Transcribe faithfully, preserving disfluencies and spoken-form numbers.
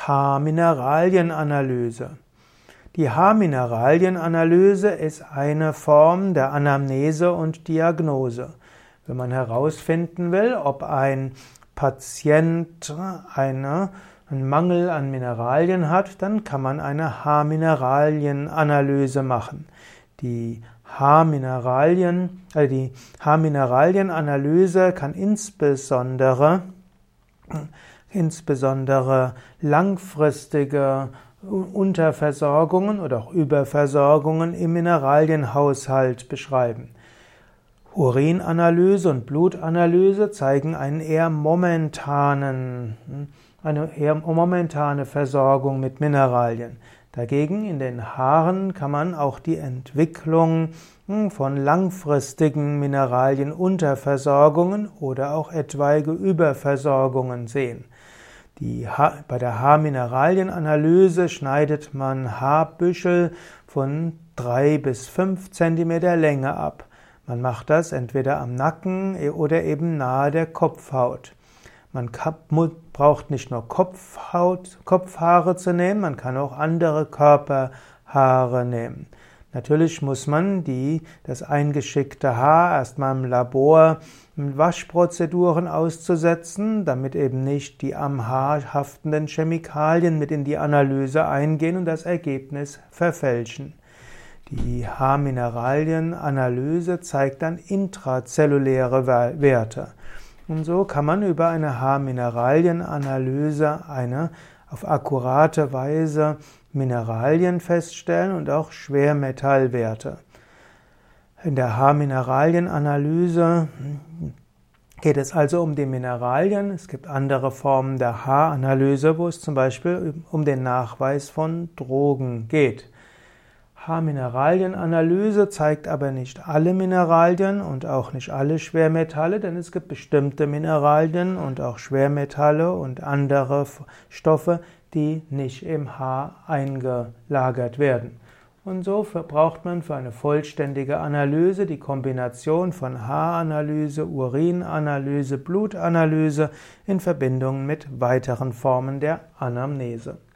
Haarmineralienanalyse. Die Haarmineralienanalyse ist eine Form der Anamnese und Diagnose. Wenn man herausfinden will, ob ein Patient eine, einen Mangel an Mineralien hat, dann kann man eine Haarmineralienanalyse machen. Die Haarmineralien, also die Haarmineralienanalyse kann insbesondere insbesondere langfristige Unterversorgungen oder auch Überversorgungen im Mineralienhaushalt beschreiben. Urinanalyse und Blutanalyse zeigen einen eher momentanen, eine eher momentane Versorgung mit Mineralien. Dagegen in den Haaren kann man auch die Entwicklung von langfristigen Mineralienunterversorgungen oder auch etwaige Überversorgungen sehen. Die ha- bei der Haarmineralienanalyse schneidet man Haarbüschel von drei bis fünf Zentimeter Länge ab. Man macht das entweder am Nacken oder eben nahe der Kopfhaut. Man braucht nicht nur Kopfhaut, Kopfhaare zu nehmen, man kann auch andere Körperhaare nehmen. Natürlich muss man die, das eingeschickte Haar erstmal im Labor mit Waschprozeduren auszusetzen, damit eben nicht die am Haar haftenden Chemikalien mit in die Analyse eingehen und das Ergebnis verfälschen. Die Haarmineralienanalyse zeigt dann intrazelluläre Werte. Und so kann man über eine Haarmineralienanalyse eine auf akkurate Weise Mineralien feststellen und auch Schwermetallwerte. In der Haarmineralienanalyse geht es also um die Mineralien. Es gibt andere Formen der Haaranalyse, wo es zum Beispiel um den Nachweis von Drogen geht. Haarmineralienanalyse zeigt aber nicht alle Mineralien und auch nicht alle Schwermetalle, denn es gibt bestimmte Mineralien und auch Schwermetalle und andere Stoffe, die nicht im Haar eingelagert werden. Und so braucht man für eine vollständige Analyse die Kombination von Haaranalyse, Urinanalyse, Blutanalyse in Verbindung mit weiteren Formen der Anamnese.